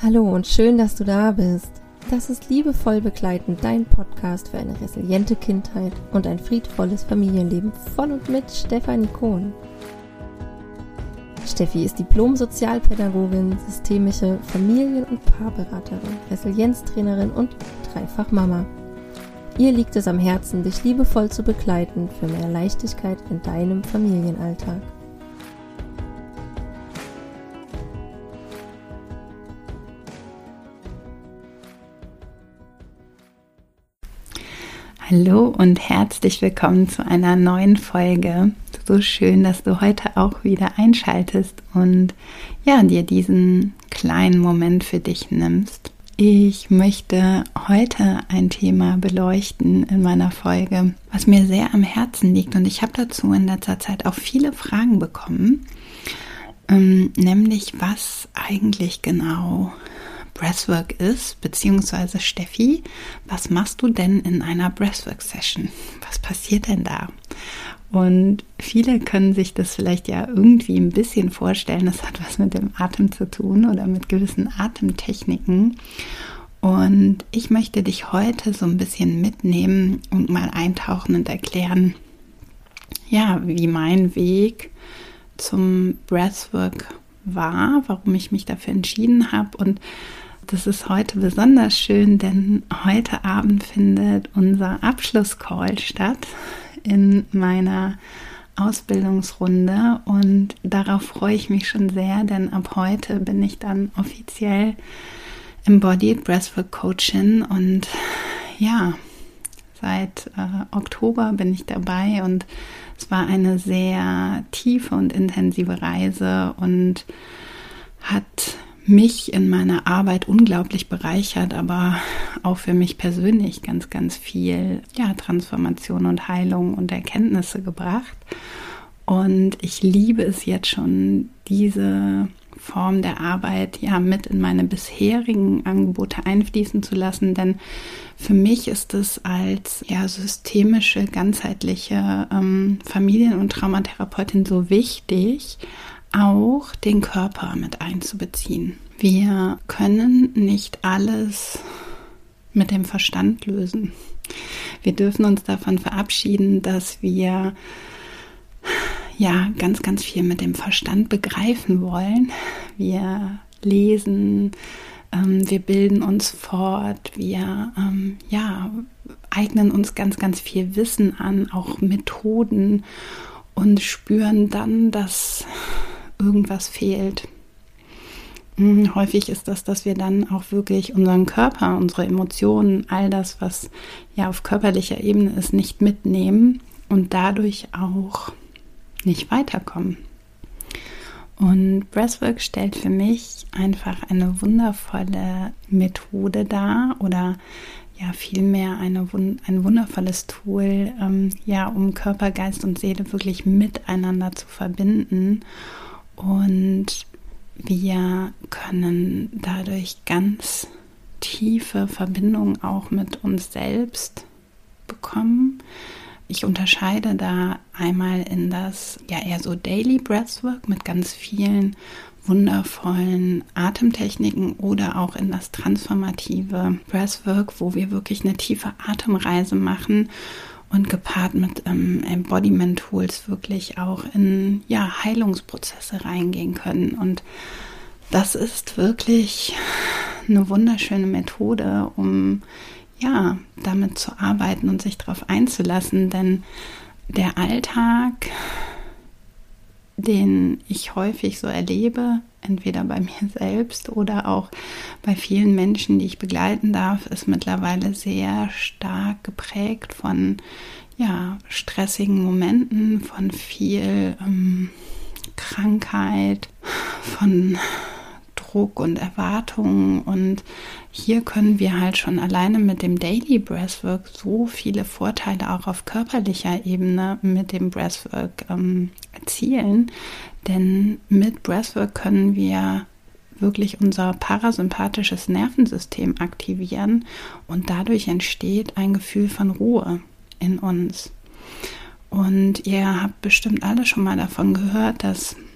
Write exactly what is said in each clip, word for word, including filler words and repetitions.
Hallo und schön, dass du da bist. Das ist Liebevoll begleitend, dein Podcast für eine resiliente Kindheit und ein friedvolles Familienleben von und mit Stefanie Kohn. Steffi ist Diplom-Sozialpädagogin, systemische Familien- und Paarberaterin, Resilienztrainerin und Dreifach-Mama. Ihr liegt es am Herzen, dich liebevoll zu begleiten für mehr Leichtigkeit in deinem Familienalltag. Hallo und herzlich willkommen zu einer neuen Folge. So schön, dass du heute auch wieder einschaltest und ja, dir diesen kleinen Moment für dich nimmst. Ich möchte heute ein Thema beleuchten in meiner Folge, was mir sehr am Herzen liegt, und ich habe dazu in letzter Zeit auch viele Fragen bekommen, ähm, nämlich was eigentlich genau Breathwork ist, beziehungsweise Steffi, was machst du denn in einer Breathwork-Session? Was passiert denn da? Und viele können sich das vielleicht ja irgendwie ein bisschen vorstellen, das hat was mit dem Atem zu tun oder mit gewissen Atemtechniken. Und ich möchte dich heute so ein bisschen mitnehmen und mal eintauchen und erklären, ja, wie mein Weg zum Breathwork war, warum ich mich dafür entschieden habe. Und das ist heute besonders schön, denn heute Abend findet unser Abschlusscall statt in meiner Ausbildungsrunde, und darauf freue ich mich schon sehr, denn ab heute bin ich dann offiziell Embodied Breathwork Coachin und ja, seit äh, Oktober bin ich dabei, und es war eine sehr tiefe und intensive Reise und hat mich in meiner Arbeit unglaublich bereichert, aber auch für mich persönlich ganz, ganz viel ja, Transformation und Heilung und Erkenntnisse gebracht. Und ich liebe es jetzt schon, diese Form der Arbeit ja mit in meine bisherigen Angebote einfließen zu lassen, denn für mich ist es als ja systemische, ganzheitliche ähm, Familien- und Traumatherapeutin so wichtig, auch den Körper mit einzubeziehen. Wir können nicht alles mit dem Verstand lösen. Wir dürfen uns davon verabschieden, dass wir ja ganz, ganz viel mit dem Verstand begreifen wollen. Wir lesen, ähm, wir bilden uns fort, wir ähm, ja, eignen uns ganz, ganz viel Wissen an, auch Methoden, und spüren dann, dass irgendwas fehlt. Hm, häufig ist das, dass wir dann auch wirklich unseren Körper, unsere Emotionen, all das, was ja auf körperlicher Ebene ist, nicht mitnehmen und dadurch auch nicht weiterkommen. Und Breathwork stellt für mich einfach eine wundervolle Methode dar, oder ja vielmehr eine, ein wundervolles Tool, ähm, ja, um Körper, Geist und Seele wirklich miteinander zu verbinden. Und wir können dadurch ganz tiefe Verbindungen auch mit uns selbst bekommen. Ich unterscheide da einmal in das ja eher so Daily Breathwork mit ganz vielen wundervollen Atemtechniken oder auch in das transformative Breathwork, wo wir wirklich eine tiefe Atemreise machen und gepaart mit ähm, Embodiment-Tools wirklich auch in ja, Heilungsprozesse reingehen können. Und das ist wirklich eine wunderschöne Methode, um ja, damit zu arbeiten und sich darauf einzulassen, denn der Alltag, den ich häufig so erlebe, entweder bei mir selbst oder auch bei vielen Menschen, die ich begleiten darf, ist mittlerweile sehr stark geprägt von ja, stressigen Momenten, von viel ähm, Krankheit, von Druck und Erwartungen, und hier können wir halt schon alleine mit dem Daily Breathwork so viele Vorteile auch auf körperlicher Ebene mit dem Breathwork ähm, erzielen, denn mit Breathwork können wir wirklich unser parasympathisches Nervensystem aktivieren, und dadurch entsteht ein Gefühl von Ruhe in uns. Und ihr habt bestimmt alle schon mal davon gehört, dass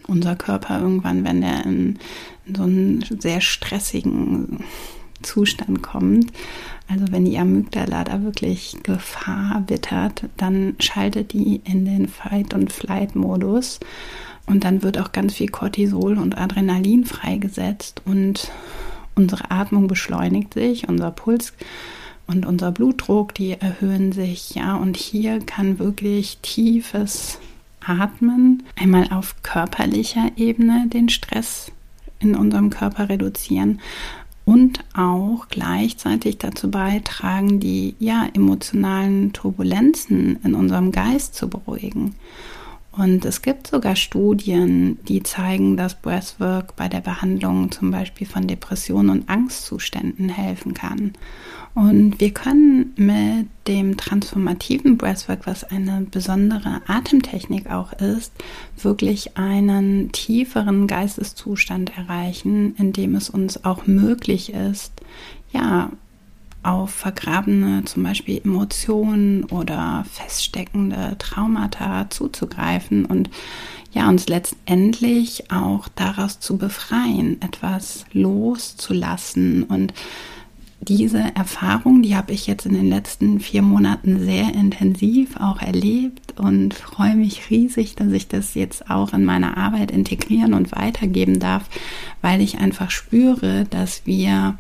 unser Körper irgendwann, wenn der in, in so einen sehr stressigen Zustand kommt, also wenn die Amygdala da wirklich Gefahr wittert, dann schaltet die in den Fight- und Flight-Modus und dann wird auch ganz viel Cortisol und Adrenalin freigesetzt und unsere Atmung beschleunigt sich, unser Puls und unser Blutdruck, die erhöhen sich, ja, und hier kann wirklich tiefes Atmen einmal auf körperlicher Ebene den Stress in unserem Körper reduzieren und auch gleichzeitig dazu beitragen, die ja emotionalen Turbulenzen in unserem Geist zu beruhigen. Und es gibt sogar Studien, die zeigen, dass Breathwork bei der Behandlung zum Beispiel von Depressionen und Angstzuständen helfen kann. Und wir können mit dem transformativen Breathwork, was eine besondere Atemtechnik auch ist, wirklich einen tieferen Geisteszustand erreichen, in dem es uns auch möglich ist, ja, auf vergrabene zum Beispiel Emotionen oder feststeckende Traumata zuzugreifen und ja, uns letztendlich auch daraus zu befreien, etwas loszulassen. Und diese Erfahrung, die habe ich jetzt in den letzten vier Monaten sehr intensiv auch erlebt und freue mich riesig, dass ich das jetzt auch in meiner Arbeit integrieren und weitergeben darf, weil ich einfach spüre, dass wir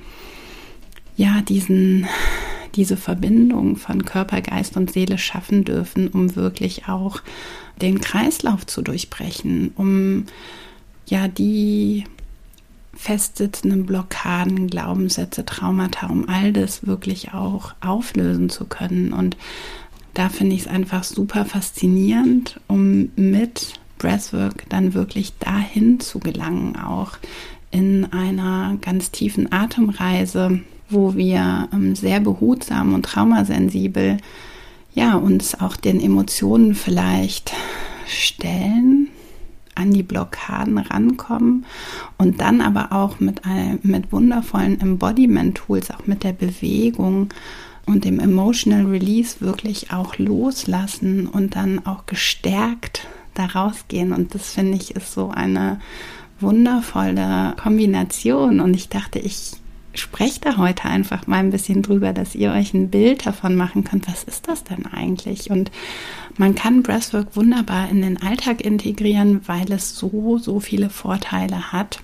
ja diesen, diese Verbindung von Körper, Geist und Seele schaffen dürfen, um wirklich auch den Kreislauf zu durchbrechen, um ja die festsitzenden Blockaden, Glaubenssätze, Traumata, um all das wirklich auch auflösen zu können. Und da finde ich es einfach super faszinierend, um mit Breathwork dann wirklich dahin zu gelangen, auch in einer ganz tiefen Atemreise, wo wir ähm, sehr behutsam und traumasensibel ja, uns auch den Emotionen vielleicht stellen, an die Blockaden rankommen und dann aber auch mit, einem, mit wundervollen Embodiment-Tools, auch mit der Bewegung und dem Emotional Release wirklich auch loslassen und dann auch gestärkt da rausgehen. Und das finde ich ist so eine wundervolle Kombination. Und ich dachte, ich spreche da heute einfach mal ein bisschen drüber, dass ihr euch ein Bild davon machen könnt, was ist das denn eigentlich? Und man kann Breathwork wunderbar in den Alltag integrieren, weil es so, so viele Vorteile hat.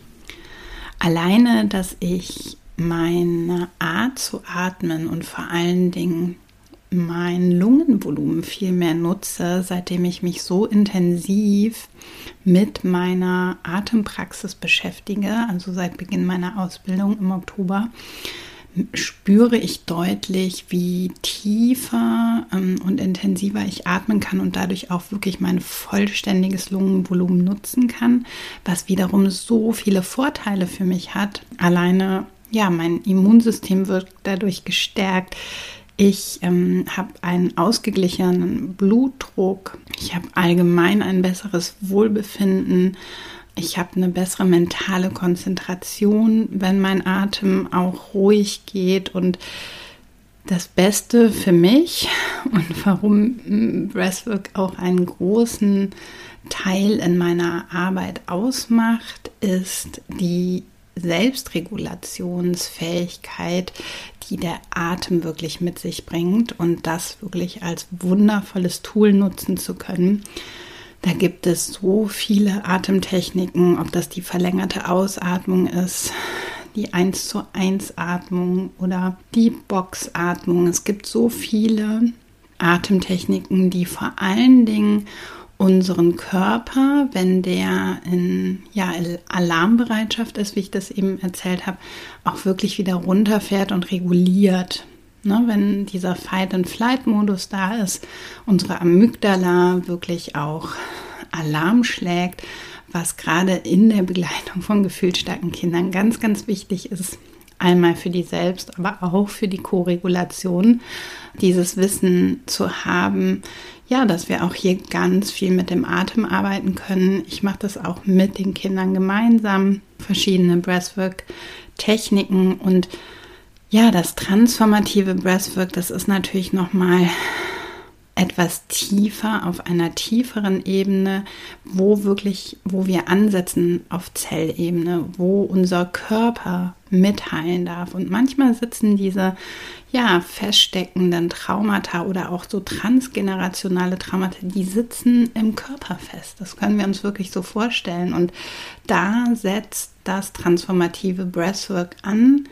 Alleine, dass ich meine Art zu atmen und vor allen Dingen mein Lungenvolumen viel mehr nutze, seitdem ich mich so intensiv mit meiner Atempraxis beschäftige, also seit Beginn meiner Ausbildung im Oktober, spüre ich deutlich, wie tiefer ähm, und intensiver ich atmen kann und dadurch auch wirklich mein vollständiges Lungenvolumen nutzen kann, was wiederum so viele Vorteile für mich hat. Alleine, ja, mein Immunsystem wird dadurch gestärkt. Ich ähm, habe einen ausgeglichenen Blutdruck. Ich habe allgemein ein besseres Wohlbefinden. Ich habe eine bessere mentale Konzentration, wenn mein Atem auch ruhig geht. Und das Beste für mich und warum Breathwork auch einen großen Teil in meiner Arbeit ausmacht, ist die Selbstregulationsfähigkeit, die der Atem wirklich mit sich bringt und das wirklich als wundervolles Tool nutzen zu können. Da gibt es so viele Atemtechniken, ob das die verlängerte Ausatmung ist, die eins zu eins Atmung oder die Boxatmung. Es gibt so viele Atemtechniken, die vor allen Dingen unseren Körper, wenn der in ja, Alarmbereitschaft ist, wie ich das eben erzählt habe, auch wirklich wieder runterfährt und reguliert. Ne, wenn dieser Fight-and-Flight-Modus da ist, unsere Amygdala wirklich auch Alarm schlägt, was gerade in der Begleitung von gefühlsstarken Kindern ganz, ganz wichtig ist. Einmal für die Selbst-, aber auch für die Koregulation, dieses Wissen zu haben, ja, dass wir auch hier ganz viel mit dem Atem arbeiten können. Ich mache das auch mit den Kindern gemeinsam, verschiedene Breathwork-Techniken und ja, das transformative Breathwork, das ist natürlich nochmal etwas tiefer, auf einer tieferen Ebene, wo wirklich, wo wir ansetzen auf Zellebene, wo unser Körper mitteilen darf. Und manchmal sitzen diese ja, feststeckenden Traumata oder auch so transgenerationale Traumata, die sitzen im Körper fest. Das können wir uns wirklich so vorstellen. Und da setzt das transformative Breathwork an.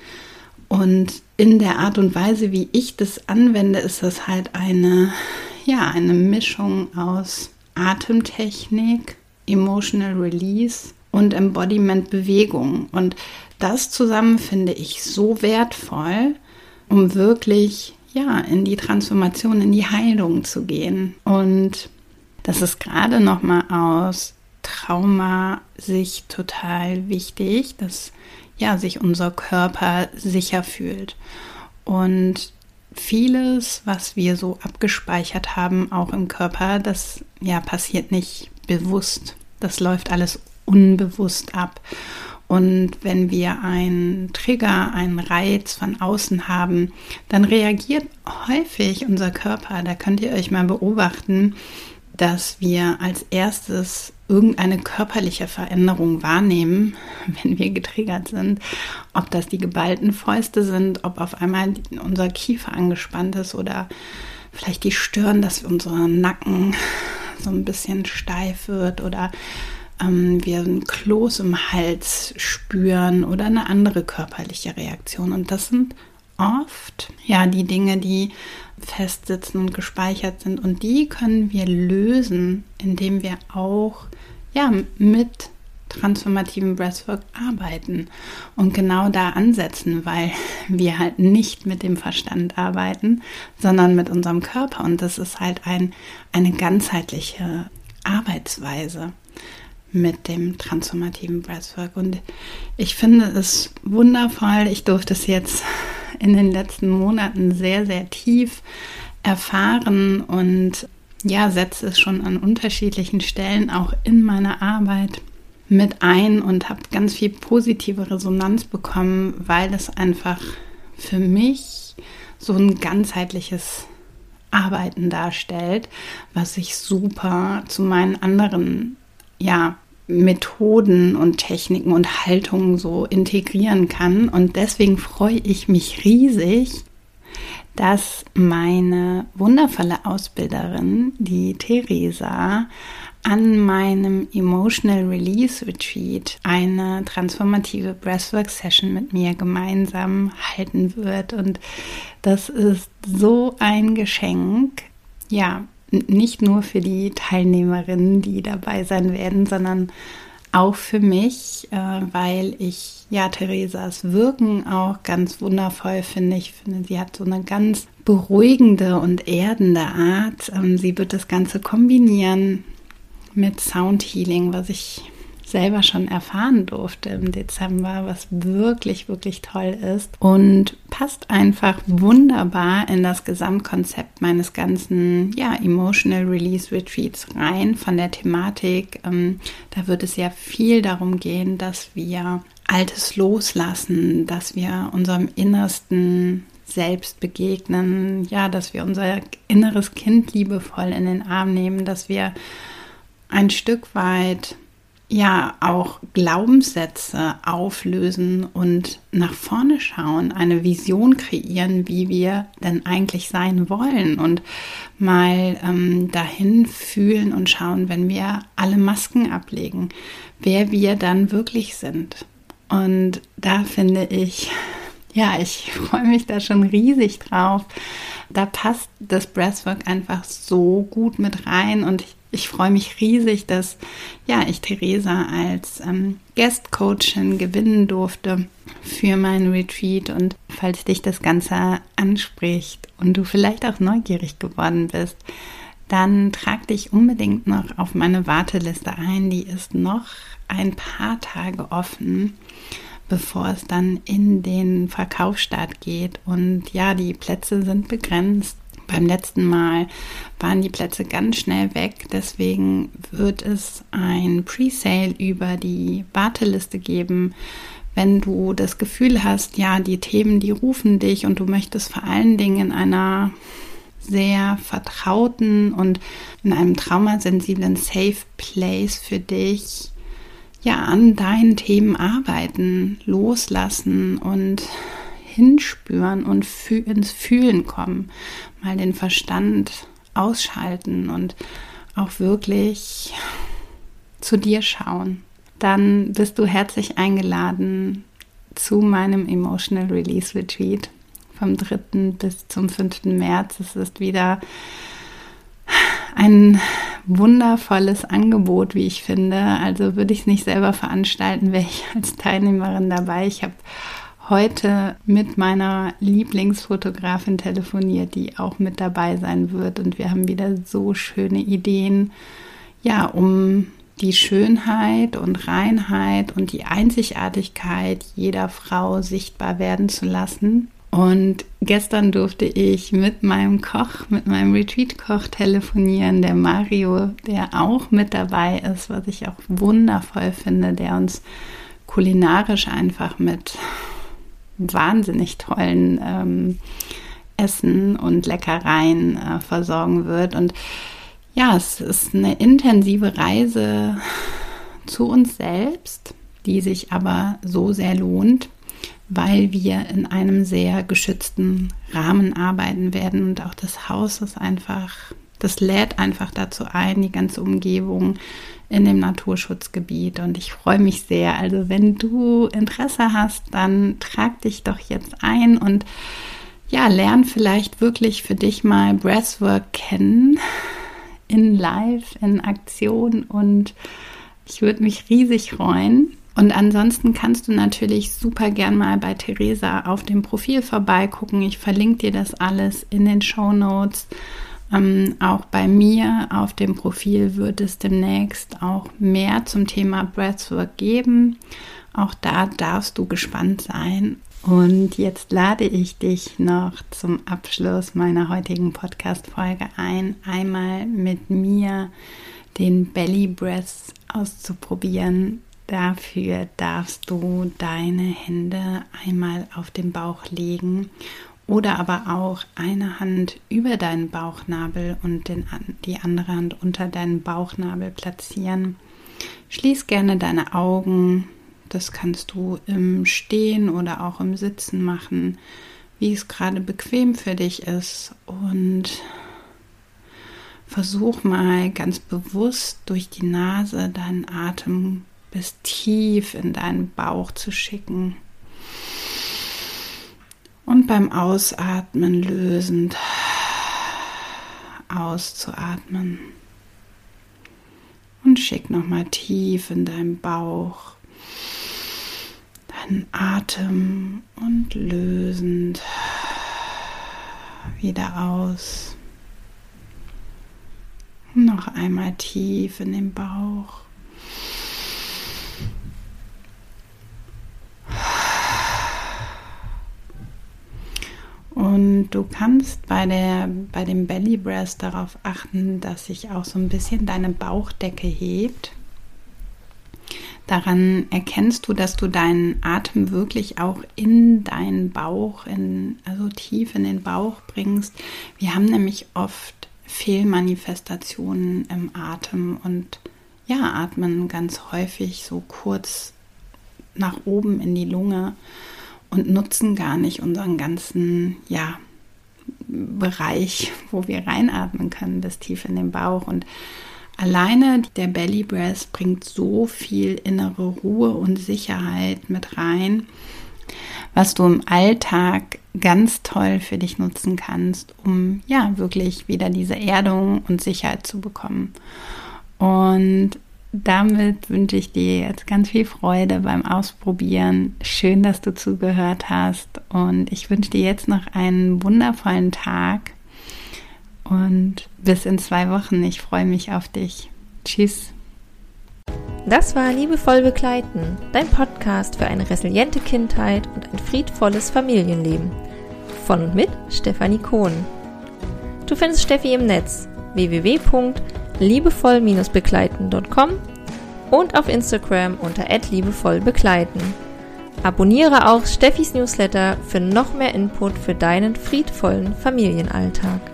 Und in der Art und Weise, wie ich das anwende, ist das halt eine, ja, eine Mischung aus Atemtechnik, Emotional Release und Embodiment-Bewegung. Und das zusammen finde ich so wertvoll, um wirklich ja, in die Transformation, in die Heilung zu gehen. Und das ist gerade nochmal aus Traumasicht total wichtig, dass ja, sich unser Körper sicher fühlt. Und vieles, was wir so abgespeichert haben, auch im Körper, das ja, passiert nicht bewusst. Das läuft alles unbewusst ab. Und wenn wir einen Trigger, einen Reiz von außen haben, dann reagiert häufig unser Körper. Da könnt ihr euch mal beobachten, dass wir als erstes irgendeine körperliche Veränderung wahrnehmen, wenn wir getriggert sind. Ob das die geballten Fäuste sind, ob auf einmal unser Kiefer angespannt ist oder vielleicht die Stirn, dass unser Nacken so ein bisschen steif wird oder ähm, wir ein Kloß im Hals spüren oder eine andere körperliche Reaktion. Und das sind oft ja die Dinge, die festsitzen und gespeichert sind. Und die können wir lösen, indem wir auch ja, mit transformativem Breathwork arbeiten und genau da ansetzen, weil wir halt nicht mit dem Verstand arbeiten, sondern mit unserem Körper. Und das ist halt ein, eine ganzheitliche Arbeitsweise mit dem transformativen Breathwork. Und ich finde es wundervoll. Ich durfte es jetzt in den letzten Monaten sehr, sehr tief erfahren und ja, setze es schon an unterschiedlichen Stellen auch in meiner Arbeit mit ein und habe ganz viel positive Resonanz bekommen, weil es einfach für mich so ein ganzheitliches Arbeiten darstellt, was ich super zu meinen anderen ja, Methoden und Techniken und Haltungen so integrieren kann. Und deswegen freue ich mich riesig, dass meine wundervolle Ausbilderin, die Theresa, an meinem Emotional Release Retreat eine transformative Breathwork Session mit mir gemeinsam halten wird. Und das ist so ein Geschenk, ja, nicht nur für die Teilnehmerinnen, die dabei sein werden, sondern auch für mich, äh, weil ich ja Theresas Wirken auch ganz wundervoll finde. Ich finde, sie hat so eine ganz beruhigende und erdende Art. Ähm, sie wird das Ganze kombinieren mit Sound Healing, was ich selber schon erfahren durfte im Dezember, was wirklich, wirklich toll ist und passt einfach wunderbar in das Gesamtkonzept meines ganzen ja, Emotional Release Retreats rein von der Thematik. Ähm, da wird es ja viel darum gehen, dass wir Altes loslassen, dass wir unserem Innersten selbst begegnen, ja, dass wir unser inneres Kind liebevoll in den Arm nehmen, dass wir ein Stück weit ja auch Glaubenssätze auflösen und nach vorne schauen, eine Vision kreieren, wie wir denn eigentlich sein wollen und mal ähm, dahin fühlen und schauen, wenn wir alle Masken ablegen, wer wir dann wirklich sind. Und da finde ich, ja, ich freue mich da schon riesig drauf. Da passt das Breathwork einfach so gut mit rein und ich Ich freue mich riesig, dass ja, ich Theresa als ähm, Guest-Coachin gewinnen durfte für meinen Retreat. Und falls dich das Ganze anspricht und du vielleicht auch neugierig geworden bist, dann trag dich unbedingt noch auf meine Warteliste ein. Die ist noch ein paar Tage offen, bevor es dann in den Verkaufsstart geht. Und ja, die Plätze sind begrenzt. Beim letzten Mal waren die Plätze ganz schnell weg, deswegen wird es ein Presale über die Warteliste geben. Wenn du das Gefühl hast, ja, die Themen, die rufen dich und du möchtest vor allen Dingen in einer sehr vertrauten und in einem traumasensiblen Safe Place für dich ja an deinen Themen arbeiten, loslassen und hinspüren und fü- ins Fühlen kommen, mal den Verstand ausschalten und auch wirklich zu dir schauen. Dann bist du herzlich eingeladen zu meinem Emotional Release Retreat vom dritten bis zum fünften März. Es ist wieder ein wundervolles Angebot, wie ich finde. Also würde ich es nicht selber veranstalten, wäre ich als Teilnehmerin dabei. Ich habe heute mit meiner Lieblingsfotografin telefoniert, die auch mit dabei sein wird. Und wir haben wieder so schöne Ideen, ja, um die Schönheit und Reinheit und die Einzigartigkeit jeder Frau sichtbar werden zu lassen. Und gestern durfte ich mit meinem Koch, mit meinem Retreat-Koch telefonieren, der Mario, der auch mit dabei ist, was ich auch wundervoll finde, der uns kulinarisch einfach mit wahnsinnig tollen ähm, Essen und Leckereien äh, versorgen wird. Und ja, es ist eine intensive Reise zu uns selbst, die sich aber so sehr lohnt, weil wir in einem sehr geschützten Rahmen arbeiten werden und auch das Haus ist einfach, das lädt einfach dazu ein, die ganze Umgebung in dem Naturschutzgebiet und ich freue mich sehr. Also wenn du Interesse hast, dann trag dich doch jetzt ein und ja, lern vielleicht wirklich für dich mal Breathwork kennen, in Live, in Aktion und ich würde mich riesig freuen. Und ansonsten kannst du natürlich super gern mal bei Theresa auf dem Profil vorbeigucken. Ich verlinke dir das alles in den Shownotes. Ähm, auch bei mir auf dem Profil wird es demnächst auch mehr zum Thema Breathwork geben. Auch da darfst du gespannt sein. Und jetzt lade ich dich noch zum Abschluss meiner heutigen Podcast-Folge ein, einmal mit mir den Belly Breath auszuprobieren. Dafür darfst du deine Hände einmal auf den Bauch legen oder aber auch eine Hand über deinen Bauchnabel und den, die andere Hand unter deinen Bauchnabel platzieren. Schließ gerne deine Augen. Das kannst du im Stehen oder auch im Sitzen machen, wie es gerade bequem für dich ist. Und versuch mal ganz bewusst durch die Nase deinen Atem bis tief in deinen Bauch zu schicken. Und beim Ausatmen lösend auszuatmen. Und schick nochmal tief in deinen Bauch deinen Atem und lösend wieder aus. Noch einmal tief in den Bauch. Und du kannst bei, der, bei dem Belly Breath darauf achten, dass sich auch so ein bisschen deine Bauchdecke hebt. Daran erkennst du, dass du deinen Atem wirklich auch in deinen Bauch, in, also tief in den Bauch bringst. Wir haben nämlich oft Fehlmanifestationen im Atem und ja, atmen ganz häufig so kurz nach oben in die Lunge und nutzen gar nicht unseren ganzen ja, Bereich, wo wir reinatmen können, bis tief in den Bauch. Und alleine der Belly Breath bringt so viel innere Ruhe und Sicherheit mit rein, was du im Alltag ganz toll für dich nutzen kannst, um ja wirklich wieder diese Erdung und Sicherheit zu bekommen. Und damit wünsche ich dir jetzt ganz viel Freude beim Ausprobieren. Schön, dass du zugehört hast und ich wünsche dir jetzt noch einen wundervollen Tag und bis in zwei Wochen. Ich freue mich auf dich. Tschüss. Das war Liebevoll begleiten, dein Podcast für eine resiliente Kindheit und ein friedvolles Familienleben. Von und mit Stefanie Kohn. Du findest Steffi im Netz w w w punkt liebevoll begleiten punkt com und auf Instagram unter at liebevollbegleiten. Abonniere auch Steffis Newsletter für noch mehr Input für deinen friedvollen Familienalltag.